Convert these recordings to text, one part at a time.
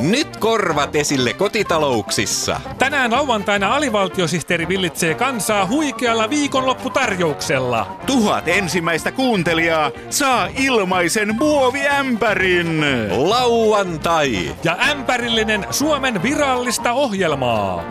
Nyt korvat esille kotitalouksissa. Tänään lauantaina alivaltiosihteeri villitsee kansaa huikealla viikonlopputarjouksella. 1000 ensimmäistä kuuntelijaa saa ilmaisen muoviämpärin. Lauantai. Ja ämpärillinen Suomen virallista ohjelmaa.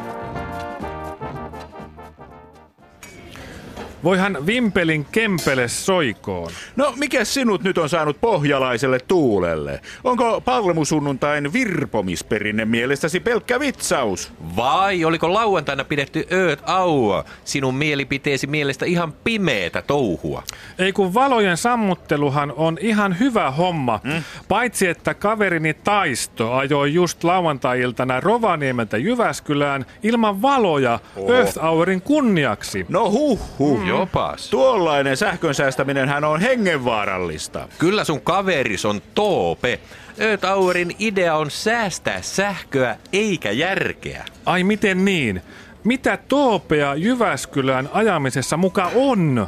Voihan Vimpelin Kempele soikoon. No, mikä sinut nyt on saanut pohjalaiselle tuulelle? Onko palmusunnuntain virpomisperinne mielestäsi pelkkä vitsaus? Vai oliko lauantaina pidetty ööt aua? Sinun mielipiteesi mielestä ihan pimeetä touhua. Ei kun valojen sammutteluhan on ihan hyvä homma. Paitsi että kaverini Taisto ajoi just lauantai-iltana Rovaniemeltä Jyväskylään ilman valoja Earth Hourin kunniaksi. No huh. Jopas. Tuollainen sähkön säästäminenhän on hengenvaarallista. Kyllä sun kaveris on toope. Earth Hourin idea on säästää sähköä eikä järkeä. Ai miten niin? Mitä toopea Jyväskylään ajamisessa muka on?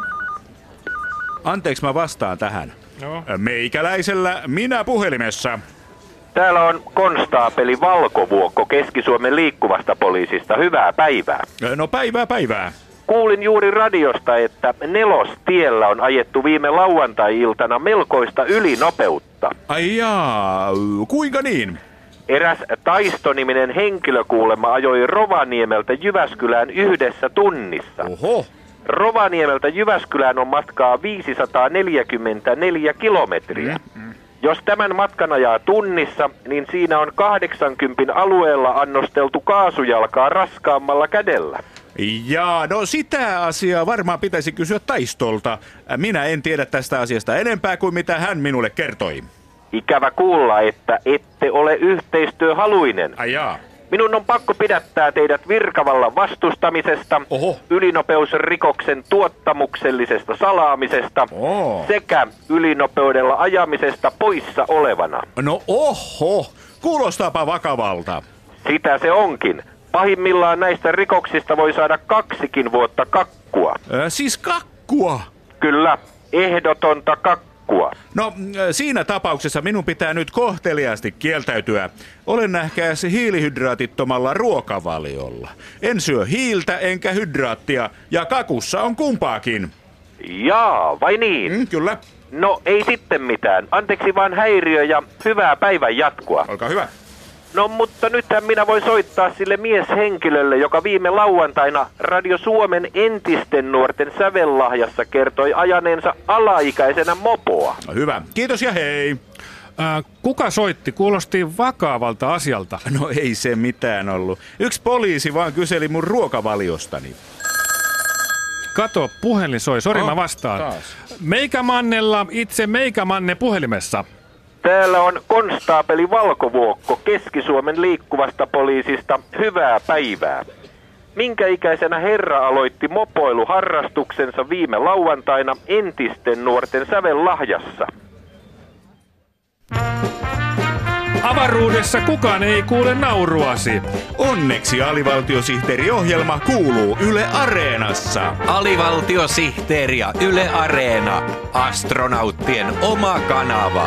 Anteeksi, mä vastaan tähän. No. Meikäläisellä minä puhelimessa. Täällä on konstaapeli Valkovuokko Keski-Suomen liikkuvasta poliisista. Hyvää päivää. No päivää. Kuulin juuri radiosta, että Nelostiellä on ajettu viime lauantai-iltana melkoista ylinopeutta. Ai jaa, kuinka niin? Eräs Taisto-niminen henkilö kuulemma ajoi Rovaniemeltä Jyväskylään 1 tunnissa. Oho. Rovaniemeltä Jyväskylään on matkaa 544 kilometriä. Jos tämän matkan ajaa tunnissa, niin siinä on 80 alueella annosteltu kaasujalkaa raskaammalla kädellä. Jaa, no sitä asiaa varmaan pitäisi kysyä Taistolta. Minä en tiedä tästä asiasta enempää kuin mitä hän minulle kertoi. Ikävä kuulla, että ette ole yhteistyöhaluinen. Ai jaa. Minun on pakko pidättää teidät virkavallan vastustamisesta, Oho. ylinopeusrikoksen tuottamuksellisesta salaamisesta sekä ylinopeudella ajamisesta poissa olevana. No oho, kuulostaapa vakavalta. Sitä se onkin. Pahimmillaan näistä rikoksista voi saada 2 vuotta kakkua. Siis kakkua? Kyllä, ehdotonta kakkua. No, siinä tapauksessa minun pitää nyt kohteliaasti kieltäytyä. Olen nähkääs hiilihydraatittomalla ruokavaliolla. En syö hiiltä enkä hydraattia, ja kakussa on kumpaakin. Jaa, vai niin? Kyllä. No, ei sitten mitään. Anteeksi vaan häiriö ja hyvää päivän jatkoa. Olkaa hyvä. No, mutta nythän minä voin soittaa sille mieshenkilölle, joka viime lauantaina Radio Suomen entisten nuorten sävellahjassa kertoi ajaneensa alaikäisenä mopoa. No, hyvä. Kiitos ja hei. Kuka soitti? Kuulosti vakavalta asialta. No ei se mitään ollut. Yksi poliisi vaan kyseli mun ruokavaliostani. Kato, puhelin soi. Sori, mä vastaan. Taas. Meikämannella itse Meikämanne puhelimessa. Täällä on konstaapeli Valkovuokko Keski-Suomen liikkuvasta poliisista. Hyvää päivää. Minkä ikäisenä herra aloitti mopoiluharrastuksensa viime lauantaina entisten nuorten sävellahjassa? Avaruudessa kukaan ei kuule nauruasi. Onneksi alivaltiosihteeriohjelma kuuluu Yle Areenassa. Alivaltiosihteeri ja Yle Areena. Astronauttien oma kanava.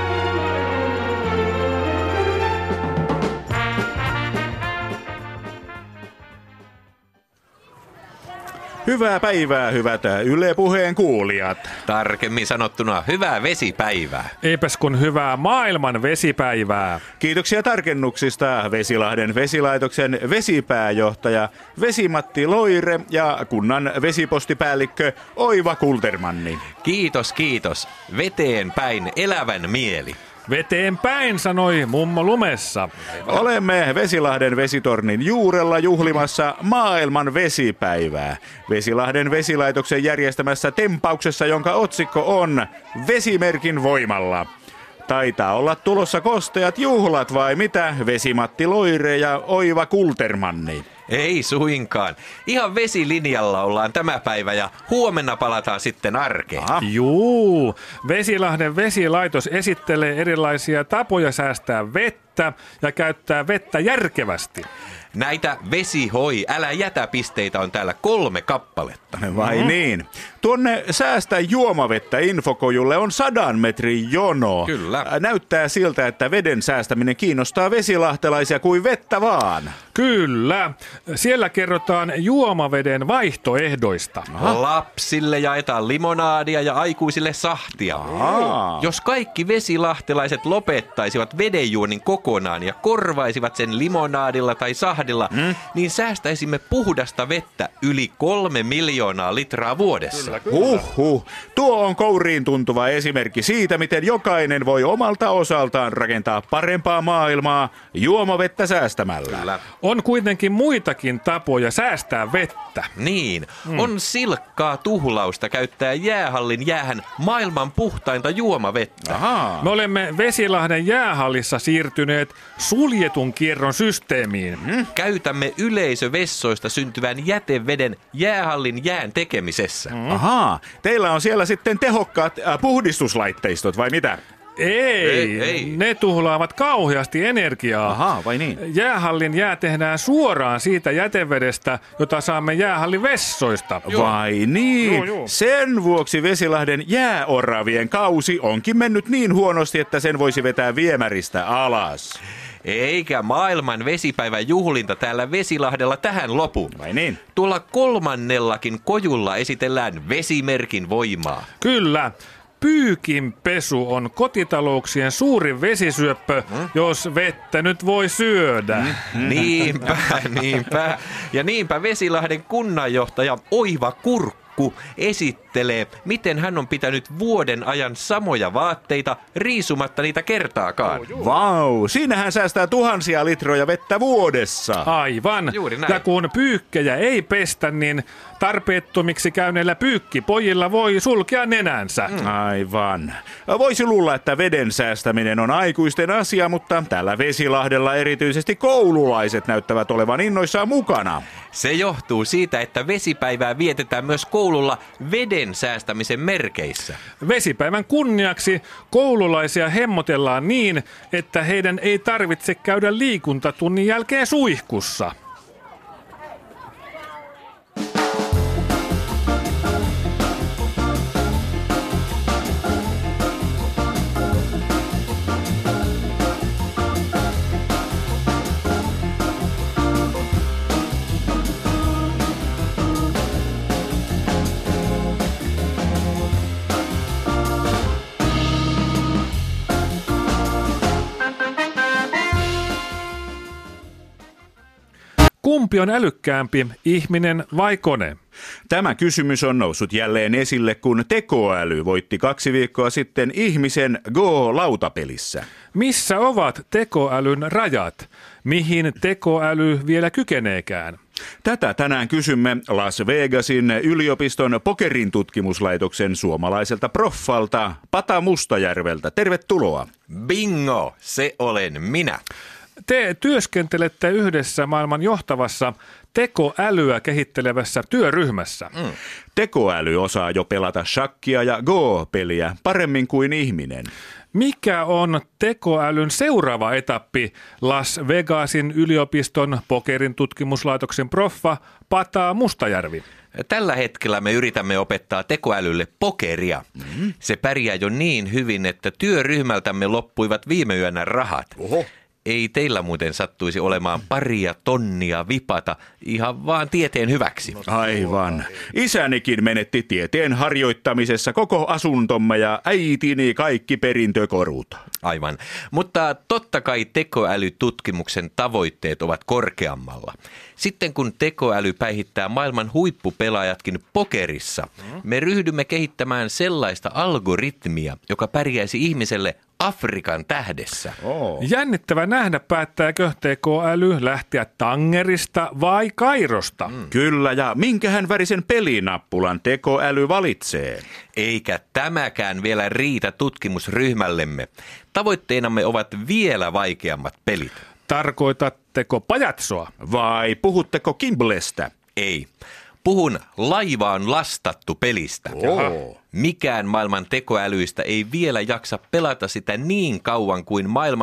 Hyvää päivää, hyvät Yle Puheen kuulijat. Tarkemmin sanottuna hyvää vesipäivää. Eipäs kun hyvää maailman vesipäivää. Kiitoksia tarkennuksista Vesilahden vesilaitoksen vesipääjohtaja Vesi-Matti Loire ja kunnan vesipostipäällikkö Oiva Kultermanni. Kiitos. Veteen päin elävän mieli. Veteen päin, sanoi mummo lumessa. Olemme Vesilahden vesitornin juurella juhlimassa maailman vesipäivää. Vesilahden vesilaitoksen järjestämässä tempauksessa, jonka otsikko on Vesimerkin voimalla. Taitaa olla tulossa kosteat juhlat vai mitä, Vesi-Matti Loire ja Oiva Kultermanni? Ei suinkaan. Ihan vesilinjalla ollaan tämä päivä ja huomenna palataan sitten arkeen. Juu, Vesilahden vesilaitos esittelee erilaisia tapoja säästää vettä ja käyttää vettä järkevästi. Näitä vesihoi, älä jätä pisteitä on täällä 3 kappaletta. Vai niin? Tuonne Säästä juomavettä -infokojulle on 100 metrin jono. Kyllä. Näyttää siltä, että veden säästäminen kiinnostaa vesilahtelaisia kuin vettä vaan. Kyllä. Siellä kerrotaan juomaveden vaihtoehdoista. Lapsille jaetaan limonaadia ja aikuisille sahtia. Jos kaikki vesilahtelaiset lopettaisivat vedenjuonnin kokonaan ja korvaisivat sen limonaadilla tai sahdilla, niin säästäisimme puhdasta vettä yli 3 miljoonaa litraa vuodessa. Huhhuh. Tuo on kouriin tuntuva esimerkki siitä, miten jokainen voi omalta osaltaan rakentaa parempaa maailmaa juomavettä säästämällä. Kyllä. On kuitenkin muitakin tapoja säästää vettä. Niin, on silkkaa tuhlausta käyttää jäähallin jäähän maailman puhtainta juomavettä. Ahaa. Me olemme Vesilahden jäähallissa siirtyneet suljetun kierron systeemiin. Käytämme yleisövessoista syntyvän jäteveden jäähallin jään tekemisessä. Ahaa. Teillä on siellä sitten tehokkaat puhdistuslaitteistot vai mitä? Ei, ne tuhlaavat kauheasti energiaa. Ahaa, vai niin? Jäähallin jää tehdään suoraan siitä jätevedestä, jota saamme jäähallin vessoista. Vai niin? Joo. Sen vuoksi Vesilahden jääoravien kausi onkin mennyt niin huonosti, että sen voisi vetää viemäristä alas. Eikä maailman vesipäivän juhlinta täällä Vesilahdella tähän lopu. Vai niin? Tuolla 3. kojulla esitellään vesimerkin voimaa. Kyllä. Pyykinpesu on kotitalouksien suurin vesisyöppö, jos vettä nyt voi syödä. Niinpä. Ja niinpä Vesilahden kunnanjohtaja Oiva Kurkku esittelee, miten hän on pitänyt vuoden ajan samoja vaatteita riisumatta niitä kertaakaan. Vau, siinähän säästää tuhansia litroja vettä vuodessa. Aivan. Juuri näin. Ja kun pyykkejä ei pestä, niin tarpeettomiksi käyneillä pyykkipojilla voi sulkea nenänsä. Aivan. Voisi luulla, että veden säästäminen on aikuisten asia, mutta täällä Vesilahdella erityisesti koululaiset näyttävät olevan innoissaan mukana. Se johtuu siitä, että vesipäivää vietetään myös koululla veden säästämisen merkeissä. Vesipäivän kunniaksi koululaisia hemmotellaan niin, että heidän ei tarvitse käydä liikuntatunnin jälkeen suihkussa. Kumpi on älykkäämpi, ihminen vai kone? Tämä kysymys on noussut jälleen esille, kun tekoäly voitti 2 viikkoa sitten ihmisen Go-lautapelissä. Missä ovat tekoälyn rajat? Mihin tekoäly vielä kykeneekään? Tätä tänään kysymme Las Vegasin yliopiston pokerin tutkimuslaitoksen suomalaiselta proffalta Pata Mustajärveltä. Tervetuloa. Bingo, se olen minä. Te työskentelette yhdessä maailman johtavassa tekoälyä kehittelevässä työryhmässä. Tekoäly osaa jo pelata shakkia ja Go-peliä paremmin kuin ihminen. Mikä on tekoälyn seuraava etappi? Las Vegasin yliopiston pokerin tutkimuslaitoksen proffa Pata Mustajärvi. Tällä hetkellä me yritämme opettaa tekoälylle pokeria. Se pärjää jo niin hyvin, että työryhmältämme loppuivat viime yönä rahat. Oho. Ei teillä muuten sattuisi olemaan 2 tonnia vipata ihan vaan tieteen hyväksi. Aivan. Isänikin menetti tieteen harjoittamisessa koko asuntomme ja äitini kaikki perintökorut. Aivan. Mutta totta kai tekoälytutkimuksen tavoitteet ovat korkeammalla. Sitten kun tekoäly päihittää maailman huippupelaajatkin pokerissa, me ryhdymme kehittämään sellaista algoritmia, joka pärjäisi ihmiselle Afrikan tähdessä. Jännittävä nähdä, päättääkö tekoäly lähteä Tangerista vai Kairosta. Kyllä, ja minkähän värisen pelinappulan tekoäly valitsee? Eikä tämäkään vielä riitä tutkimusryhmällemme. Tavoitteenamme ovat vielä vaikeammat pelit. Tarkoitatteko pajatsoa? Vai puhutteko Kimblestä? Ei. Puhun laivaan lastattu pelistä. Mikään maailman tekoälyistä ei vielä jaksa pelata sitä niin kauan kuin maailman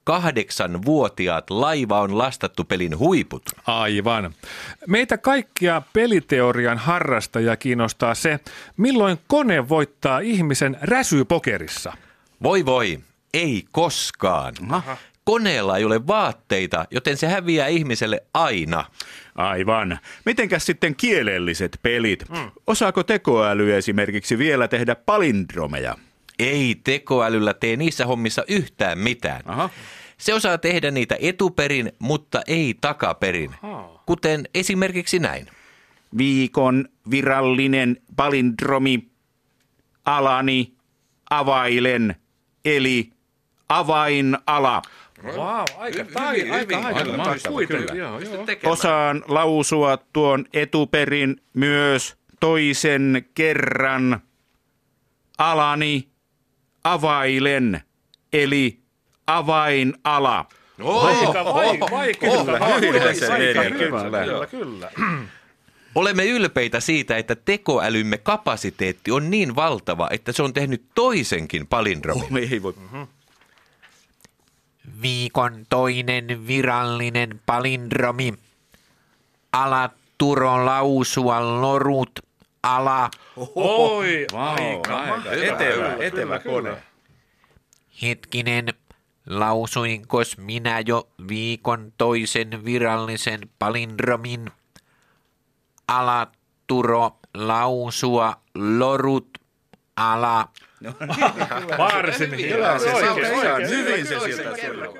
8-vuotiaat laiva on lastattu pelin huiput. Aivan. Meitä kaikkia peliteorian harrastajia kiinnostaa se, milloin kone voittaa ihmisen räsypokerissa. Voi, ei koskaan. Aha. Koneella ei ole vaatteita, joten se häviää ihmiselle aina. Aivan. Mitenkäs sitten kielelliset pelit? Osaako tekoäly esimerkiksi vielä tehdä palindromeja? Ei tekoälyllä tee niissä hommissa yhtään mitään. Aha. Se osaa tehdä niitä etuperin, mutta ei takaperin. Kuten esimerkiksi näin. Viikon virallinen palindromi. Alani, availen, eli avainala. Wow, aika Osaan lausua tuon etuperin myös toisen kerran. Alani, availen, eli avainala. Kyllä. Olemme ylpeitä siitä, että tekoälymme kapasiteetti on niin valtava, että se on tehnyt toisenkin palindromin. Ei voi. Viikon toinen virallinen palindromi. Ala Turo lausua lorut. Ala. Oi, Etevä kone. Hetkinen. Lausuinkos minä jo viikon toisen virallisen palindromin? Ala Turo lausua lorut. Ala. varsin hyvä. Hyvin se siltä sujuu.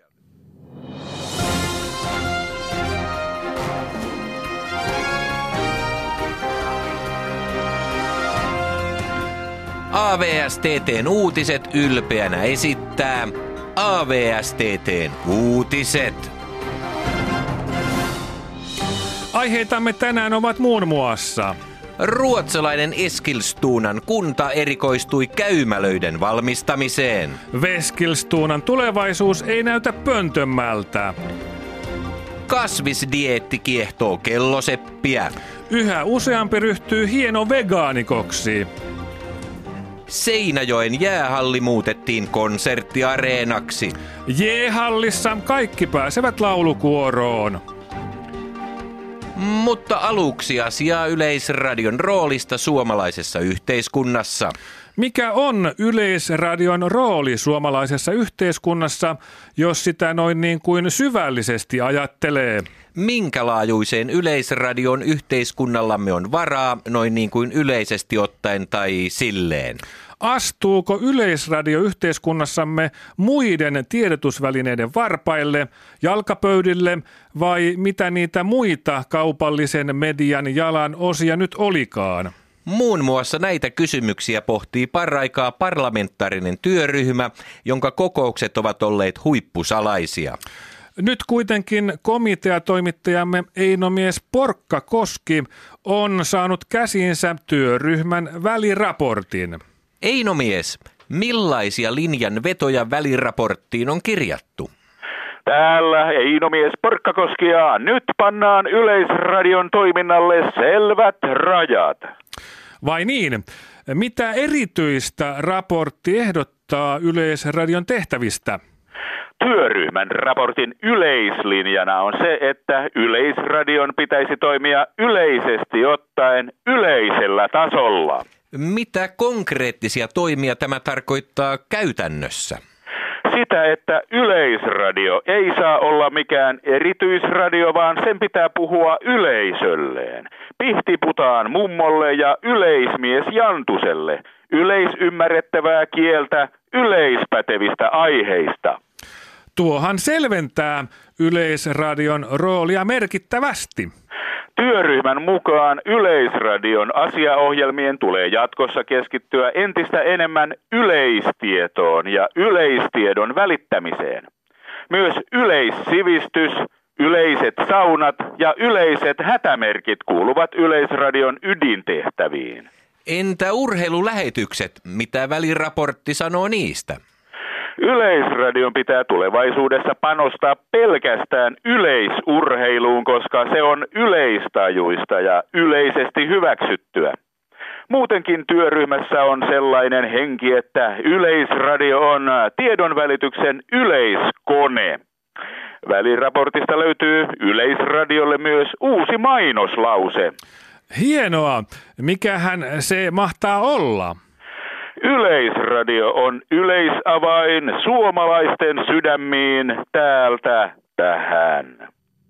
AVSTT:n uutiset ylpeänä esittää AVSTT:n uutiset. Aiheitamme tänään ovat muun muassa: Ruotsalainen Eskilstunan kunta erikoistui käymälöiden valmistamiseen. Veskilstunan tulevaisuus ei näytä pöntömmältä. Kasvisdieetti kiehtoo kelloseppiä. Yhä useampi ryhtyy hieno vegaanikoksi. Seinäjoen jäähalli muutettiin konserttiareenaksi. J-hallissa kaikki pääsevät laulukuoroon. Mutta aluksi asiaa Yleisradion roolista suomalaisessa yhteiskunnassa. Mikä on Yleisradion rooli suomalaisessa yhteiskunnassa, jos sitä noin niin kuin syvällisesti ajattelee? Minkälaajuiseen Yleisradion yhteiskunnallamme on varaa, noin niin kuin yleisesti ottaen tai silleen? Astuuko Yleisradio yhteiskunnassamme muiden tiedotusvälineiden varpaille, jalkapöydille vai mitä niitä muita kaupallisen median jalan osia nyt olikaan? Muun muassa näitä kysymyksiä pohtii paraikaa parlamentaarinen työryhmä, jonka kokoukset ovat olleet huippusalaisia. Nyt kuitenkin komiteatoimittajamme Eino-mies Porkkakoski on saanut käsiinsä työryhmän väliraportin. Eino-mies, millaisia linjan vetoja väliraporttiin on kirjattu? Täällä Eino-mies Porkkakoski ja nyt pannaan Yleisradion toiminnalle selvät rajat. Vai niin? Mitä erityistä raportti ehdottaa Yleisradion tehtävistä? Työryhmän raportin yleislinjana on se, että Yleisradion pitäisi toimia yleisesti ottaen yleisellä tasolla. Mitä konkreettisia toimia tämä tarkoittaa käytännössä? Sitä, että Yleisradio ei saa olla mikään erityisradio, vaan sen pitää puhua yleisölleen. Pihtiputaan mummolle ja yleismies Jantuselle. Yleisymmärrettävää kieltä yleispätevistä aiheista. Tuohan selventää Yleisradion roolia merkittävästi. Työryhmän mukaan Yleisradion asiaohjelmien tulee jatkossa keskittyä entistä enemmän yleistietoon ja yleistiedon välittämiseen. Myös yleissivistys, yleiset saunat ja yleiset hätämerkit kuuluvat Yleisradion ydintehtäviin. Entä urheilulähetykset? Mitä väliraportti sanoo niistä? Yleisradion pitää tulevaisuudessa panostaa pelkästään yleisurheiluun, koska se on yleistajuista ja yleisesti hyväksyttyä. Muutenkin työryhmässä on sellainen henki, että Yleisradio on tiedonvälityksen yleiskone. Väliraportista löytyy Yleisradiolle myös uusi mainoslause. Hienoa. Mikähän se mahtaa olla? Yleisradio on yleisavain suomalaisten sydämiin täältä tähän.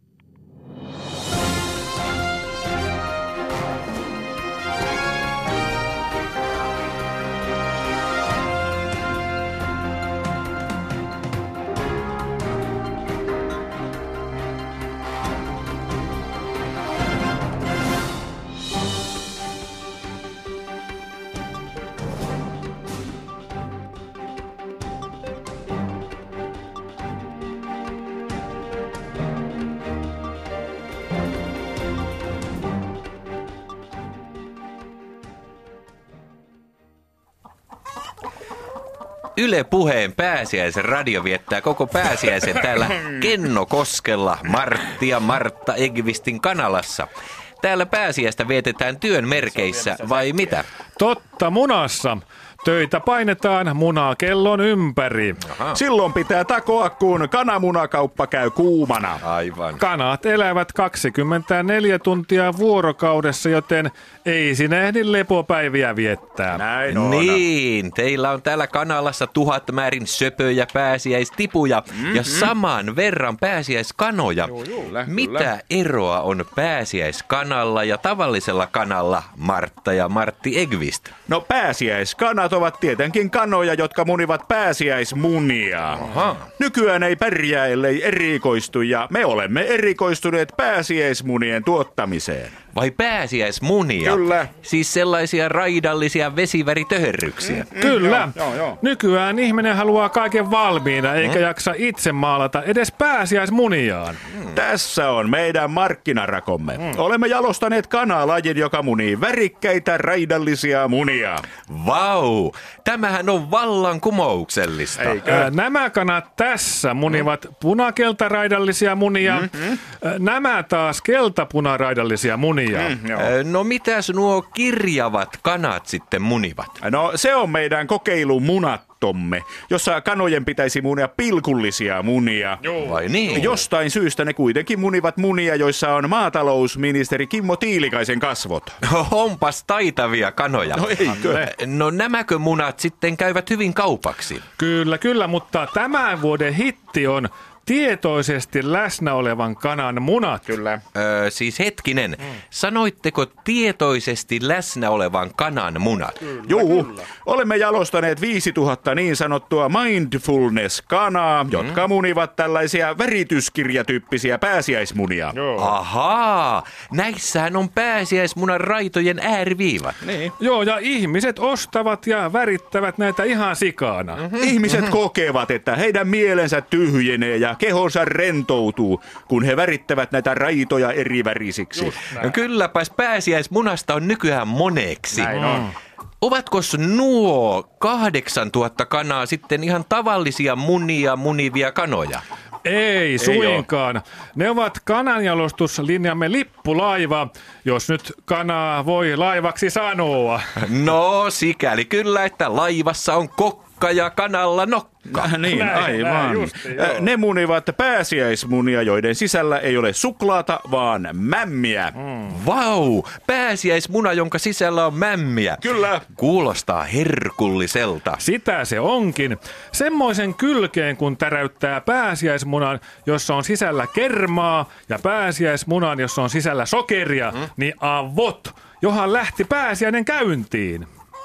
Yle Puheen pääsiäisen radio viettää koko pääsiäisen täällä Kennokoskella Martti ja Martta Egvistin kanalassa. Täällä pääsiäistä vietetään työn merkeissä, vai mitä? Totta munassa. Töitä painetaan munakellon ympäri. Aha. Silloin pitää takoa, kun kananmunakauppa käy kuumana. Aivan. Kanat elävät 24 tuntia vuorokaudessa, joten ei sinä ehdi lepopäiviä viettää. Näin on. Niin, teillä on täällä kanalassa 1000 määrin söpöjä pääsiäistipuja ja saman verran pääsiäiskanoja. Mitä eroa on pääsiäiskanalla ja tavallisella kanalla, Martta ja Martti Egvist? No pääsiäiskanat ovat tietenkin kanoja, jotka munivat pääsiäismunia. Aha. Nykyään ei pärjää, ellei erikoistu, ja me olemme erikoistuneet pääsiäismunien tuottamiseen. Vai pääsiäismunia? Kyllä. Siis sellaisia raidallisia vesiväritöherryksiä. Kyllä. Joo. Nykyään ihminen haluaa kaiken valmiina, eikä jaksa itse maalata edes pääsiäismuniaan. Tässä on meidän markkinarakomme. Olemme jalostaneet kanalajin, joka munii värikkäitä raidallisia munia. Vau! Tämähän on vallankumouksellista. Nämä kanat tässä munivat punakeltaraidallisia munia, nämä taas keltapunaraidallisia munia. No mitäs nuo kirjavat kanat sitten munivat? No se on meidän kokeilumunattomme, jossa kanojen pitäisi munia pilkullisia munia. Vai niin? Jostain syystä ne kuitenkin munivat munia, joissa on maatalousministeri Kimmo Tiilikaisen kasvot. Onpas taitavia kanoja. No eikö? No nämäkö munat sitten käyvät hyvin kaupaksi? Kyllä, mutta tämän vuoden hitti on tietoisesti läsnä olevan kanan munat. Kyllä. Siis hetkinen, sanoitteko tietoisesti läsnä olevan kanan munat? Juu, olemme jalostaneet 5000 niin sanottua mindfulness-kanaa, jotka munivat tällaisia värityskirjatyyppisiä pääsiäismunia. Ahaa, näissähän on pääsiäismunan raitojen ääriviivat. Niin. Joo, ja ihmiset ostavat ja värittävät näitä ihan sikana. Ihmiset kokevat, että heidän mielensä tyhjenee ja kehonsa rentoutuu, kun he värittävät näitä raitoja eri värisiksi. No kylläpäs pääsiäismunasta on nykyään moneksi. Näin on. Ovatko nuo 8000 kanaa sitten ihan tavallisia munia munivia kanoja? Ei suinkaan. Ne ovat kananjalostuslinjamme lippulaiva, jos nyt kanaa voi laivaksi sanoa. No sikäli kyllä, että laivassa on kokka ja kanalla nokka. Niin, aivan. Ne munivat pääsiäismunia, joiden sisällä ei ole suklaata, vaan mämmiä. Vau, pääsiäismuna, jonka sisällä on mämmiä. Kyllä. Kuulostaa herkulliselta. Sitä se onkin. Semmoisen kylkeen, kun täräyttää pääsiäismunan, jossa on sisällä kermaa, ja pääsiäismunan, jossa on sisällä sokeria, niin avot, johan lähti pääsiäinen käyntiin.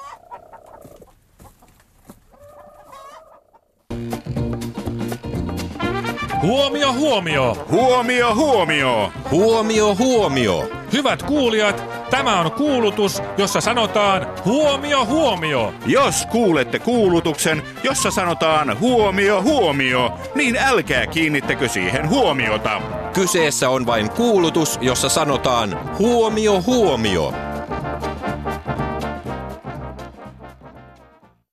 Huomio, huomio! Huomio, huomio! Huomio, huomio! Hyvät kuulijat, tämä on kuulutus, jossa sanotaan huomio, huomio! Jos kuulette kuulutuksen, jossa sanotaan huomio, huomio, niin älkää kiinnittäkö siihen huomiota. Kyseessä on vain kuulutus, jossa sanotaan huomio, huomio.